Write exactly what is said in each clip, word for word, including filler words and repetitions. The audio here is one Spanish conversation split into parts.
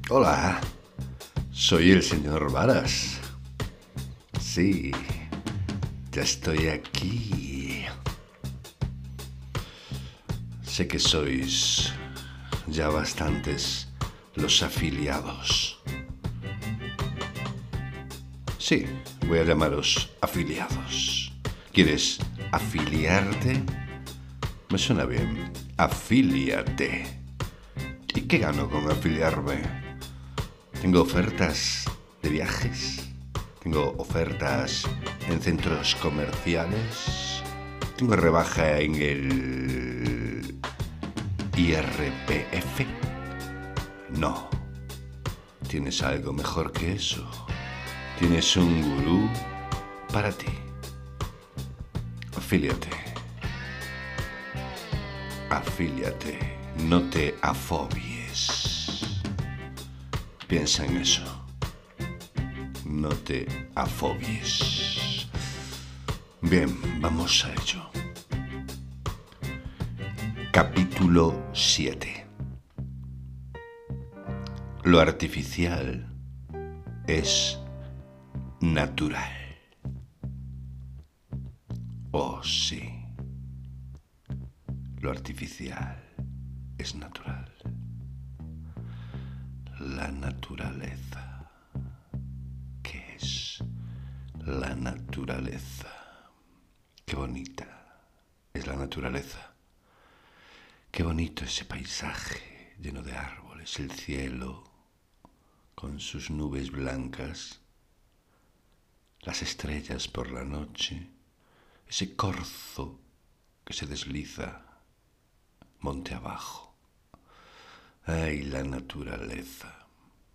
Hola, soy el señor Varas. Sí, ya estoy aquí. Sé que sois ya bastantes los afiliados. Sí, voy a llamaros afiliados. ¿Quieres afiliarte? Me suena bien. Afíliate. ¿Y qué gano con afiliarme? Tengo ofertas de viajes. Tengo ofertas en centros comerciales. Tengo rebaja en el I R P F. No. Tienes algo mejor que eso. Tienes un gurú para ti. Afíliate. Afíliate. No te afobies. Piensa en eso. No te afobies. Bien, vamos a ello. Capítulo siete. Lo artificial es natural. Oh, sí. Lo artificial es natural. La naturaleza. ¿Qué es la naturaleza? Qué bonita es la naturaleza. Qué bonito ese paisaje lleno de árboles, el cielo con sus nubes blancas, las estrellas por la noche, ese corzo que se desliza monte abajo. ¡Ay, la naturaleza!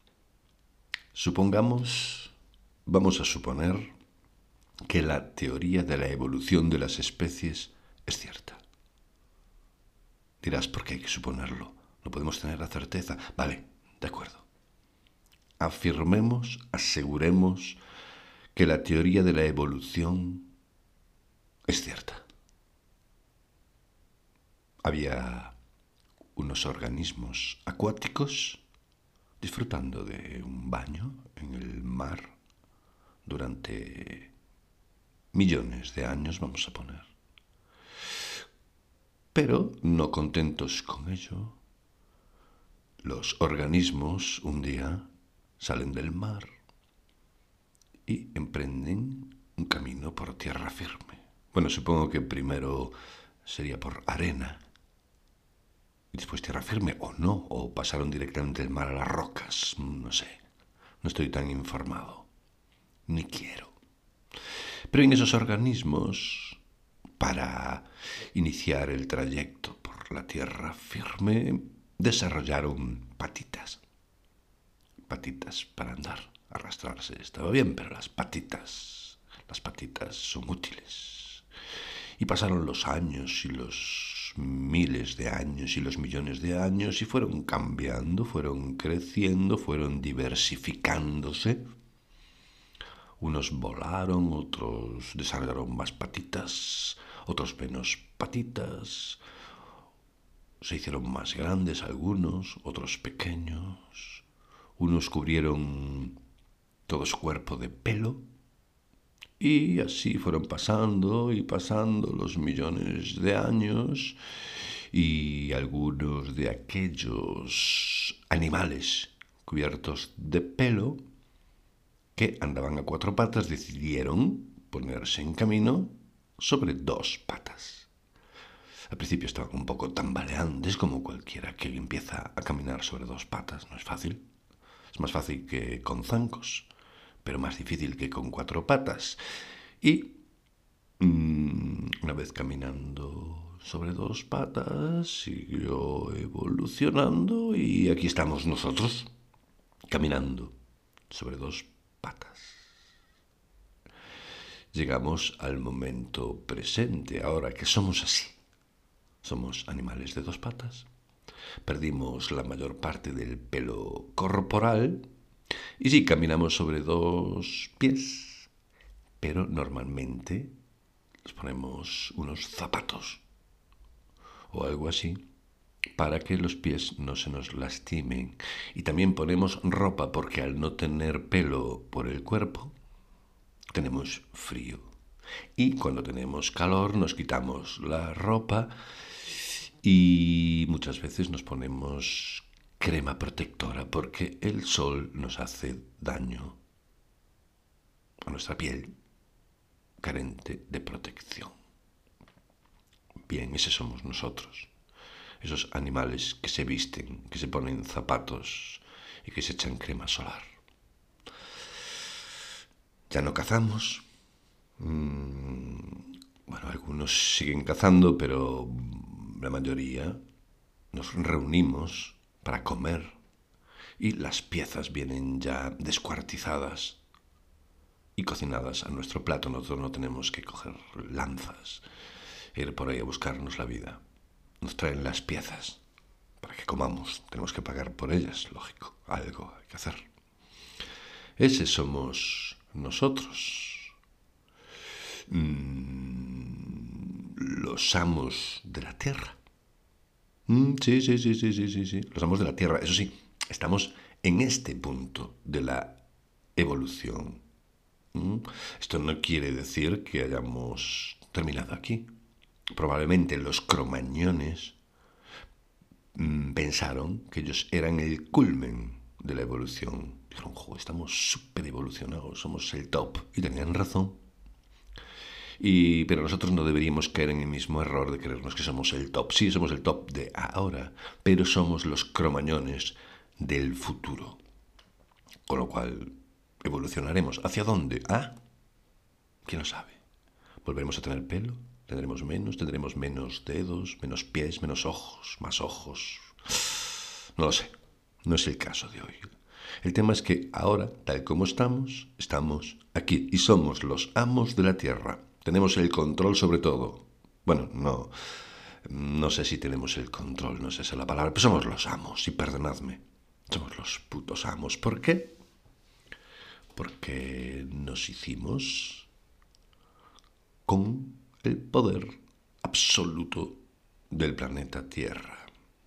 Supongamos, vamos a suponer que la teoría de la evolución de las especies es cierta. Dirás, ¿por qué hay que suponerlo? No podemos tener la certeza. Vale, de acuerdo. Afirmemos, aseguremos que la teoría de la evolución es cierta. Había unos organismos acuáticos disfrutando de un baño en el mar durante millones de años, vamos a poner. Pero, no contentos con ello, los organismos un día salen del mar y emprenden un camino por tierra firme. Bueno, supongo que primero sería por arena y después tierra firme, o no, o pasaron directamente del mar a las rocas, no sé. No estoy tan informado, ni quiero. Pero en esos organismos, para iniciar el trayecto por la tierra firme, desarrollaron patitas. Patitas para andar, arrastrarse estaba bien, pero las patitas, las patitas son útiles. Y pasaron los años y los miles de años y los millones de años y fueron cambiando, fueron creciendo, fueron diversificándose. Unos volaron, otros desarrollaron más patitas, otros menos patitas. Se hicieron más grandes algunos, otros pequeños. Unos cubrieron todo su cuerpo de pelo. Y así fueron pasando y pasando los millones de años. Y algunos de aquellos animales cubiertos de pelo que andaban a cuatro patas decidieron ponerse en camino sobre dos patas. Al principio estaban un poco tambaleantes, como cualquiera que empieza a caminar sobre dos patas. No es fácil. Es más fácil que con zancos, pero más difícil que con cuatro patas. Y mmm, una vez caminando sobre dos patas, siguió evolucionando y aquí estamos nosotros, caminando sobre dos patas. Llegamos al momento presente, ahora que somos así. Somos animales de dos patas. Perdimos la mayor parte del pelo corporal y sí, caminamos sobre dos pies, pero normalmente nos ponemos unos zapatos o algo así para que los pies no se nos lastimen. Y también ponemos ropa porque al no tener pelo por el cuerpo, tenemos frío. Y cuando tenemos calor nos quitamos la ropa y muchas veces nos ponemos crema protectora porque el sol nos hace daño a nuestra piel carente de protección. Bien, ese somos nosotros. Esos animales que se visten, que se ponen zapatos y que se echan crema solar. Ya no cazamos. Mm, bueno, algunos siguen cazando, pero la mayoría nos reunimos para comer y las piezas vienen ya descuartizadas y cocinadas a nuestro plato. Nosotros no tenemos que coger lanzas e ir por ahí a buscarnos la vida. Nos traen las piezas para que comamos. Tenemos que pagar por ellas, lógico. Algo hay que hacer. Ese somos nosotros. Mm, los amos de la tierra. Mm, sí, sí, sí, sí, sí, sí, sí. Los amos de la tierra. Eso sí, estamos en este punto de la evolución. Mm, esto no quiere decir que hayamos terminado aquí. Probablemente los cromañones mmm, pensaron que ellos eran el culmen de la evolución. Dijeron, jo, estamos súper evolucionados, somos el top. Y tenían razón. Y, pero nosotros no deberíamos caer en el mismo error de creernos que somos el top. Sí, somos el top de ahora, pero somos los cromañones del futuro. Con lo cual, evolucionaremos. ¿Hacia dónde? ¿Ah? ¿Quién lo sabe? ¿Volveremos a tener pelo? ¿Tendremos menos? ¿Tendremos menos dedos? ¿Menos pies? ¿Menos ojos? ¿Más ojos? No lo sé. No es el caso de hoy. El tema es que ahora, tal como estamos, estamos aquí y somos los amos de la tierra. Tenemos el control sobre todo. Bueno, no, no sé si tenemos el control, no sé si es la palabra, pero somos los amos, y perdonadme. Somos los putos amos. ¿Por qué? Porque nos hicimos con el poder absoluto del planeta Tierra.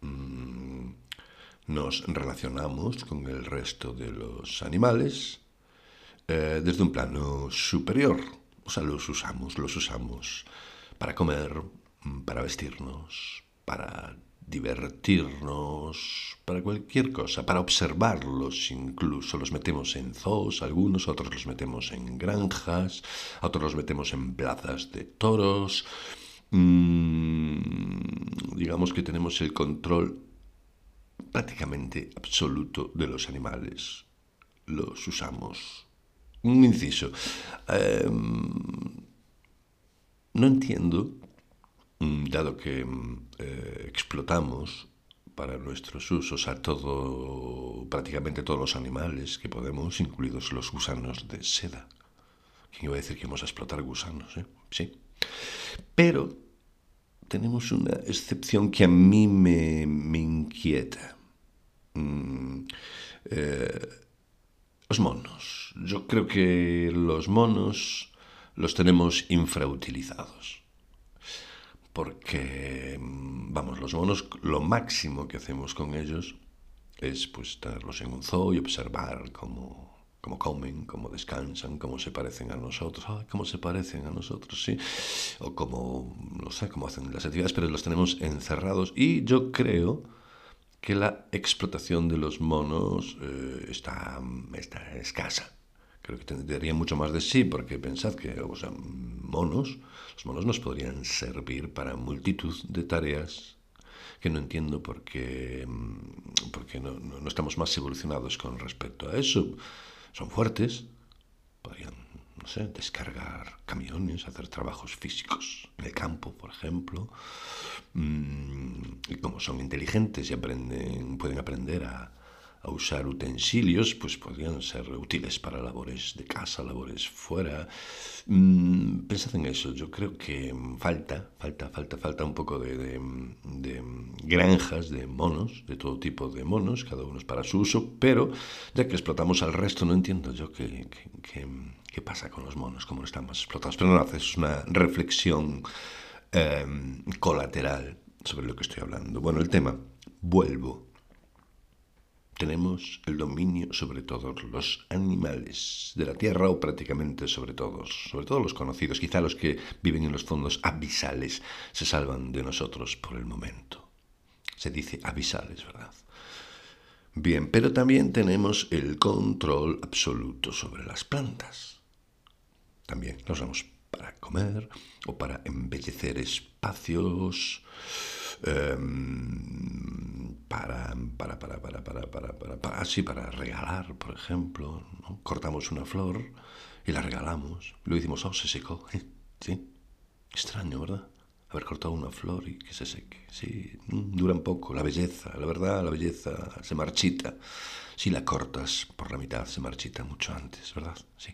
Nos relacionamos con el resto de los animales eh, desde un plano superior. O sea, los usamos, los usamos para comer, para vestirnos, para divertirnos, para cualquier cosa, para observarlos incluso. Los metemos en zoos, algunos, otros los metemos en granjas, otros los metemos en plazas de toros. Mm, digamos que tenemos el control prácticamente absoluto de los animales. Los usamos. Un inciso. Eh, no entiendo, dado que eh, explotamos para nuestros usos a todo, prácticamente todos los animales que podemos, incluidos los gusanos de seda. ¿Quién iba a decir que íbamos a explotar gusanos? Eh? Sí. Pero tenemos una excepción que a mí me, me inquieta. Mm, eh, los monos. Yo creo que los monos los tenemos infrautilizados. Porque, vamos, los monos, lo máximo que hacemos con ellos es pues darlos en un zoo y observar cómo, cómo comen, cómo descansan, cómo se parecen a nosotros, ay, cómo se parecen a nosotros, sí, o cómo, no sé, cómo hacen las actividades, pero los tenemos encerrados y yo creo que la explotación de los monos eh, está, está escasa. Creo que tendría mucho más de sí, porque pensad que, o sea, monos, los monos nos podrían servir para multitud de tareas que no entiendo por qué, por qué no, no, no estamos más evolucionados con respecto a eso. Son fuertes, podrían, no sé, descargar camiones, hacer trabajos físicos en el campo, por ejemplo. Y como son inteligentes y aprenden, pueden aprender a, a usar utensilios, pues podrían ser útiles para labores de casa, labores fuera. Mm, pensad en eso. Yo creo que falta, falta, falta, falta un poco de, de, de granjas de monos, de todo tipo de monos, cada uno es para su uso, pero ya que explotamos al resto, no entiendo yo qué, qué, qué, qué pasa con los monos, cómo no están más explotados. Pero no, es una reflexión eh, colateral sobre lo que estoy hablando. Bueno, el tema, vuelvo. Tenemos el dominio sobre todos los animales de la Tierra, o prácticamente sobre todos, sobre todos los conocidos. Quizá los que viven en los fondos abisales se salvan de nosotros por el momento. Se dice abisales, ¿verdad? Bien, pero también tenemos el control absoluto sobre las plantas. También las usamos para comer o para embellecer espacios, eh, para, para, para, para, para, para, para, para, así, para regalar, por ejemplo, ¿no? Cortamos una flor y la regalamos. Lo decimos, oh, se secó. Sí, extraño, ¿verdad? Haber cortado una flor y que se seque. Sí, dura un poco. La belleza, la verdad, la belleza se marchita. Si la cortas por la mitad, se marchita mucho antes, ¿verdad? Sí.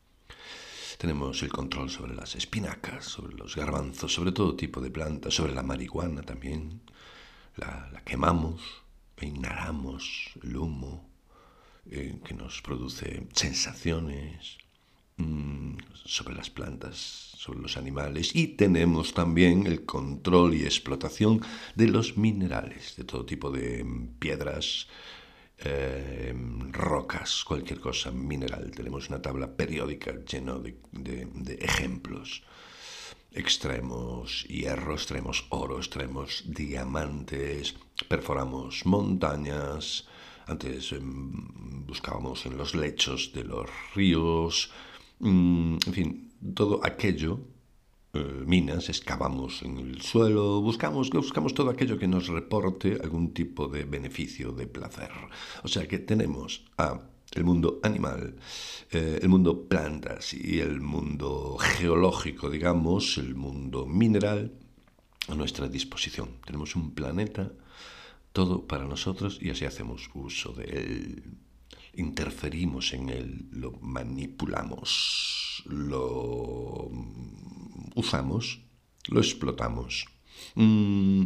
Tenemos el control sobre las espinacas, sobre los garbanzos, sobre todo tipo de plantas, sobre la marihuana también. La, la quemamos e inhalamos el humo eh, que nos produce sensaciones mmm, sobre las plantas, sobre los animales. Y tenemos también el control y explotación de los minerales, de todo tipo de piedras, Eh, rocas, cualquier cosa mineral. Tenemos una tabla periódica llena de, de, de ejemplos. Extraemos hierro, extraemos oro, extraemos diamantes, perforamos montañas. Antes eh, buscábamos en los lechos de los ríos, mm, en fin, todo aquello. Eh, minas, excavamos en el suelo, buscamos, buscamos todo aquello que nos reporte algún tipo de beneficio, de placer. O sea que tenemos a el mundo animal, eh, el mundo plantas y el mundo geológico, digamos, el mundo mineral a nuestra disposición. Tenemos un planeta, todo para nosotros, y así hacemos uso de él. Interferimos en él, lo manipulamos, lo usamos, lo explotamos. Mm,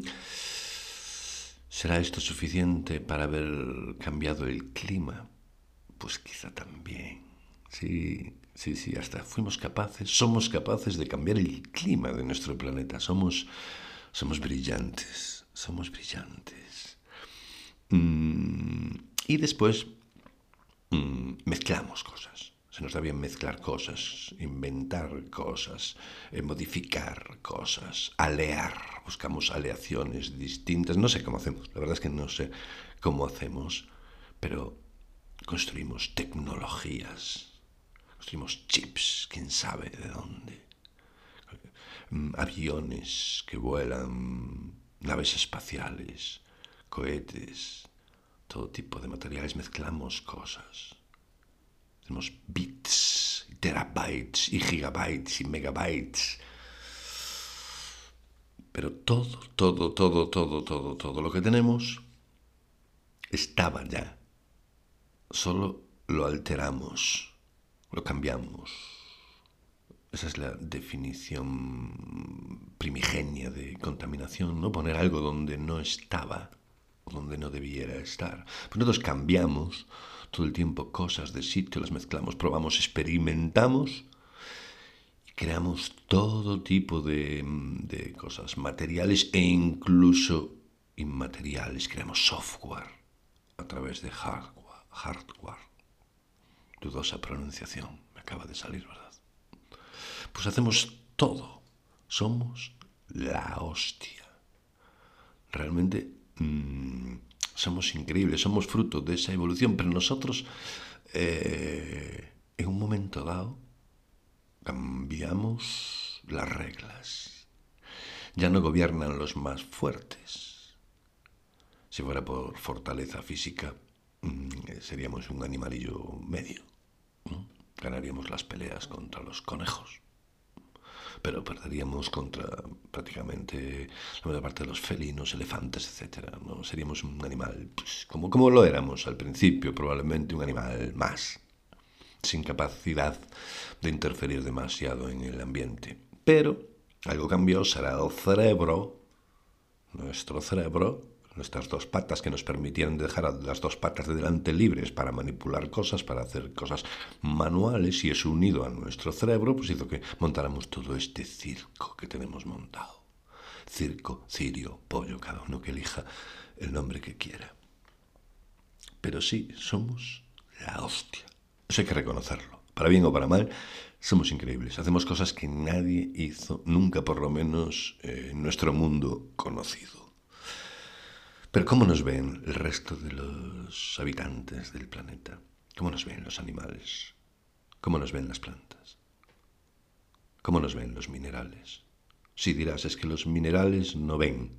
¿Será esto suficiente para haber cambiado el clima? Pues quizá también. Sí, sí, sí, hasta fuimos capaces, somos capaces de cambiar el clima de nuestro planeta. Somos, somos brillantes, somos brillantes. Mm, y después mm, mezclamos cosas. Se nos da bien mezclar cosas, inventar cosas, eh, modificar cosas, alear. Buscamos aleaciones distintas. No sé cómo hacemos, la verdad es que no sé cómo hacemos, pero construimos tecnologías, construimos chips, quién sabe de dónde. Aviones que vuelan, naves espaciales, cohetes, todo tipo de materiales, mezclamos cosas. Tenemos bits, terabytes y gigabytes y megabytes. Pero todo, todo, todo, todo, todo, todo lo que tenemos estaba ya. Solo lo alteramos, lo cambiamos. Esa es la definición primigenia de contaminación, ¿no? Poner algo donde no estaba, donde no debiera estar. Pues nosotros cambiamos todo el tiempo cosas de sitio, las mezclamos, probamos, experimentamos y creamos todo tipo de, de cosas materiales e incluso inmateriales. Creamos software a través de hardware. hardware. Dudosa pronunciación, me acaba de salir, ¿verdad? Pues hacemos todo. Somos la hostia. Realmente mmm, somos increíbles, somos fruto de esa evolución, pero nosotros eh, en un momento dado cambiamos las reglas. Ya no gobiernan los más fuertes. Si fuera por fortaleza física, mmm, seríamos un animalillo medio, ¿no? Ganaríamos las peleas contra los conejos, pero perderíamos contra prácticamente la mayor parte de los felinos, elefantes, etcétera, ¿no? Seríamos un animal, pues, como, como lo éramos al principio, probablemente un animal más, sin capacidad de interferir demasiado en el ambiente. Pero algo cambió, será el cerebro, nuestro cerebro, nuestras dos patas que nos permitieran dejar las dos patas de delante libres para manipular cosas, para hacer cosas manuales, y eso unido a nuestro cerebro, pues hizo que montáramos todo este circo que tenemos montado. circo, cirio, pollo, cada uno que elija el nombre que quiera. Pero sí, somos la hostia. Eso hay que reconocerlo. Para bien o para mal, somos increíbles. Hacemos cosas que nadie hizo nunca, por lo menos eh, en nuestro mundo conocido. Pero ¿cómo nos ven el resto de los habitantes del planeta? ¿Cómo nos ven los animales? ¿Cómo nos ven las plantas? ¿Cómo nos ven los minerales? Si dirás, es que los minerales no ven.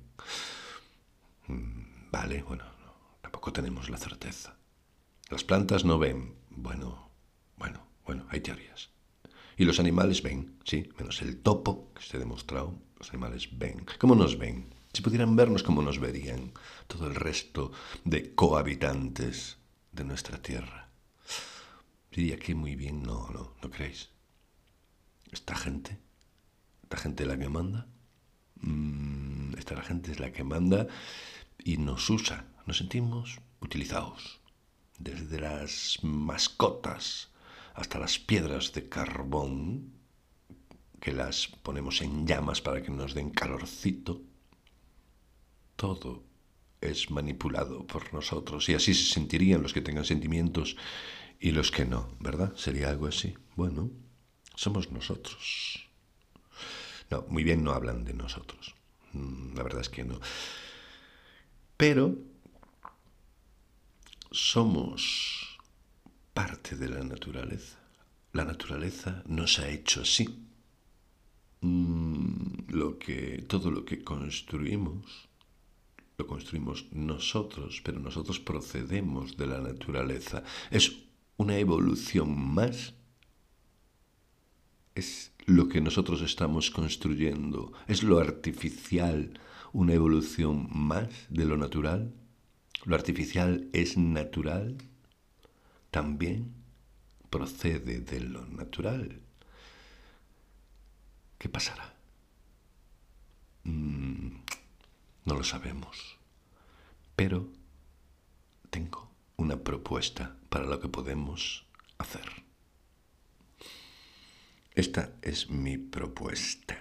Mm, vale, bueno, no, tampoco tenemos la certeza. Las plantas no ven. Bueno, bueno, bueno, hay teorías. Y los animales ven, sí, menos el topo, que se ha demostrado, los animales ven. ¿Cómo nos ven? Si pudieran vernos, ¿cómo nos verían todo el resto de cohabitantes de nuestra tierra? Diría que muy bien, no, no, ¿no creéis? Esta gente, esta gente es la que manda, mm, esta gente es la que manda y nos usa, nos sentimos utilizados. Desde las mascotas hasta las piedras de carbón, que las ponemos en llamas para que nos den calorcito, todo es manipulado por nosotros. Y así se sentirían los que tengan sentimientos y los que no, ¿verdad? Sería algo así. Bueno, somos nosotros. No, muy bien no hablan de nosotros. La verdad es que no. Pero somos parte de la naturaleza. La naturaleza nos ha hecho así. Mm, lo que, todo lo que construimos, lo construimos nosotros, pero nosotros procedemos de la naturaleza. Es una evolución más. Es lo que nosotros estamos construyendo. Es lo artificial, una evolución más de lo natural. Lo artificial es natural. También procede de lo natural. ¿Qué pasará? Mm, no lo sabemos. Pero tengo una propuesta para lo que podemos hacer. Esta es mi propuesta.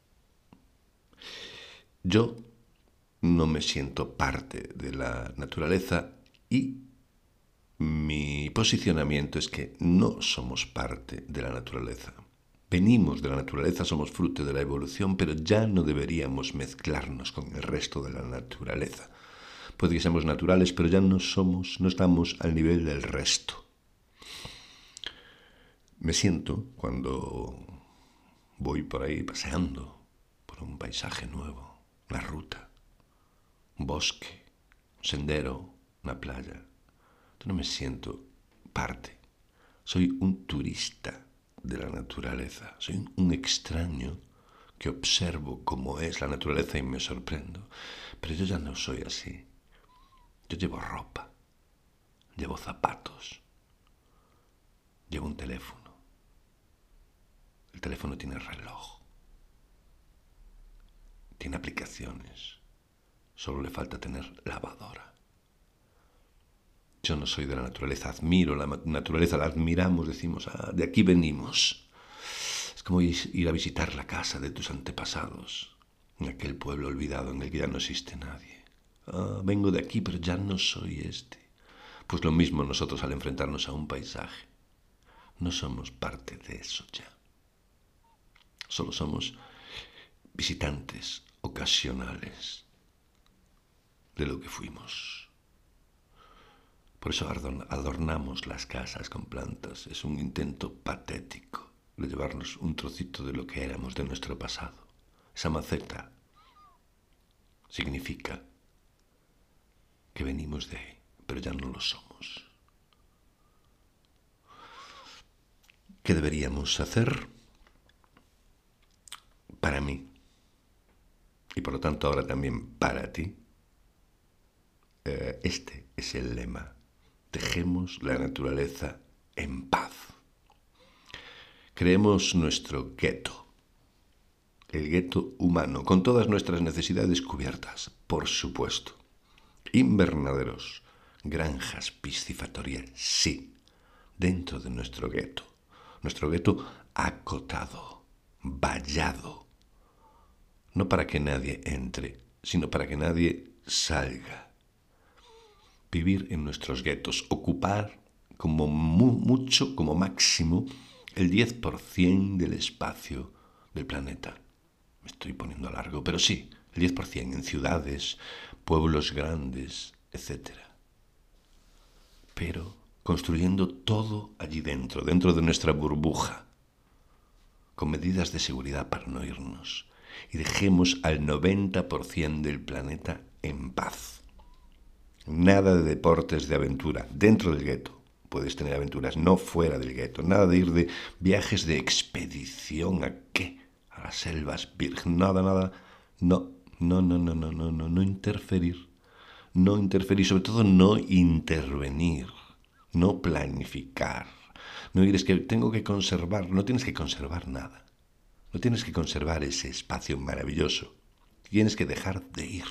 Yo no me siento parte de la naturaleza y mi posicionamiento es que no somos parte de la naturaleza. Venimos de la naturaleza, somos fruto de la evolución, pero ya no deberíamos mezclarnos con el resto de la naturaleza. Puede que seamos naturales, pero ya no somos, no estamos al nivel del resto. Me siento cuando voy por ahí paseando por un paisaje nuevo, una ruta, un bosque, un sendero, una playa. Yo no me siento parte. Soy un turista de la naturaleza. Soy un extraño que observo cómo es la naturaleza y me sorprendo. Pero yo ya no soy así. Yo llevo ropa, llevo zapatos, llevo un teléfono. El teléfono tiene reloj, tiene aplicaciones, solo le falta tener lavadora. Yo no soy de la naturaleza, admiro la naturaleza, la admiramos, decimos, ah, de aquí venimos. Es como ir a visitar la casa de tus antepasados, en aquel pueblo olvidado en el que ya no existe nadie. Ah, vengo de aquí, pero ya no soy este. Pues lo mismo nosotros al enfrentarnos a un paisaje. No somos parte de eso ya. Solo somos visitantes ocasionales de lo que fuimos. Por eso adornamos las casas con plantas. Es un intento patético de llevarnos un trocito de lo que éramos, de nuestro pasado. Esa maceta significa que venimos de ahí, pero ya no lo somos. ¿Qué deberíamos hacer? Para mí, y por lo tanto ahora también para ti, eh, este es el lema. Dejemos la naturaleza en paz. Creemos nuestro gueto, el gueto humano, con todas nuestras necesidades cubiertas, por supuesto. Invernaderos, granjas piscifatorias, sí, dentro de nuestro gueto. Nuestro gueto acotado, vallado, no para que nadie entre, sino para que nadie salga. Vivir en nuestros guetos, ocupar como mu mucho, como máximo, el diez por ciento del espacio del planeta. Me estoy poniendo largo, pero sí, el diez por ciento en ciudades, pueblos grandes, etcétera. Pero construyendo todo allí dentro, dentro de nuestra burbuja, con medidas de seguridad para no irnos. Y dejemos al noventa por ciento del planeta en paz. Nada de deportes de aventura dentro del gueto. Puedes tener aventuras, no fuera del gueto. Nada de ir de viajes de expedición. ¿A qué? A las selvas virgen. Nada, nada. No, no, no, no, no, no, no, no interferir. No interferir, sobre todo no intervenir. No planificar. No ir, es que tengo que conservar. No tienes que conservar nada. No tienes que conservar ese espacio maravilloso. Tienes que dejar de ir.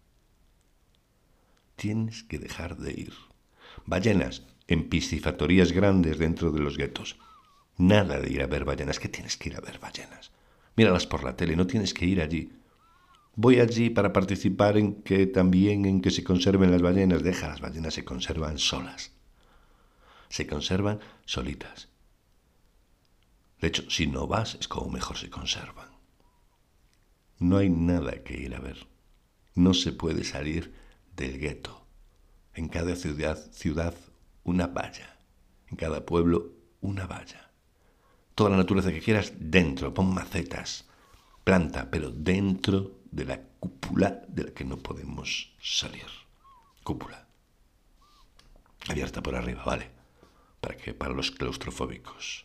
Tienes que dejar de ir. Ballenas en piscifactorías grandes dentro de los guetos. Nada de ir a ver ballenas. ¿Qué tienes que ir a ver ballenas? Míralas por la tele, no tienes que ir allí. Voy allí para participar en que también en que se conserven las ballenas. Deja, las ballenas se conservan solas. Se conservan solitas. De hecho, si no vas, es como mejor se conservan. No hay nada que ir a ver. No se puede salir del gueto. En cada ciudad, ciudad, una valla. En cada pueblo, una valla. Toda la naturaleza que quieras, dentro. Pon macetas. Planta, pero dentro de la cúpula de la que no podemos salir. Cúpula. Abierta por arriba, ¿vale? Para que, para los claustrofóbicos.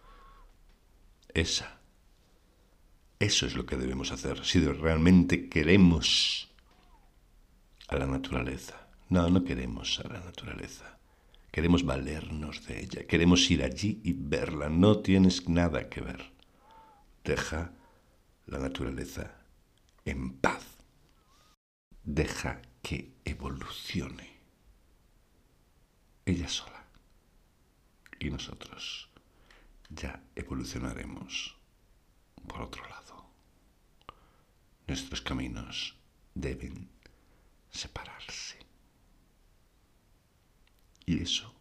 Esa. Eso es lo que debemos hacer si realmente queremos a la naturaleza. No, no queremos a la naturaleza. Queremos valernos de ella. Queremos ir allí y verla. No tienes nada que ver. Deja la naturaleza en paz. Deja que evolucione. Ella sola. Y nosotros ya evolucionaremos por otro lado. Nuestros caminos deben separarse. Y eso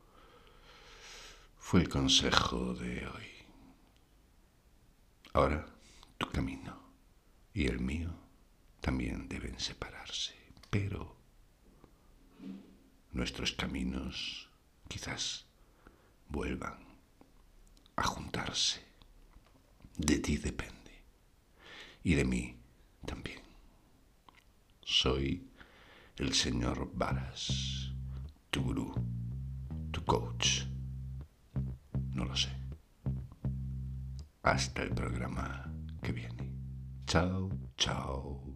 fue el consejo de hoy. Ahora tu camino y el mío también deben separarse, pero nuestros caminos quizás vuelvan a juntarse. De ti depende y de mí también. Soy el señor Varas, tu gurú, tu coach. No lo sé. Hasta el programa que viene. Chao, chao.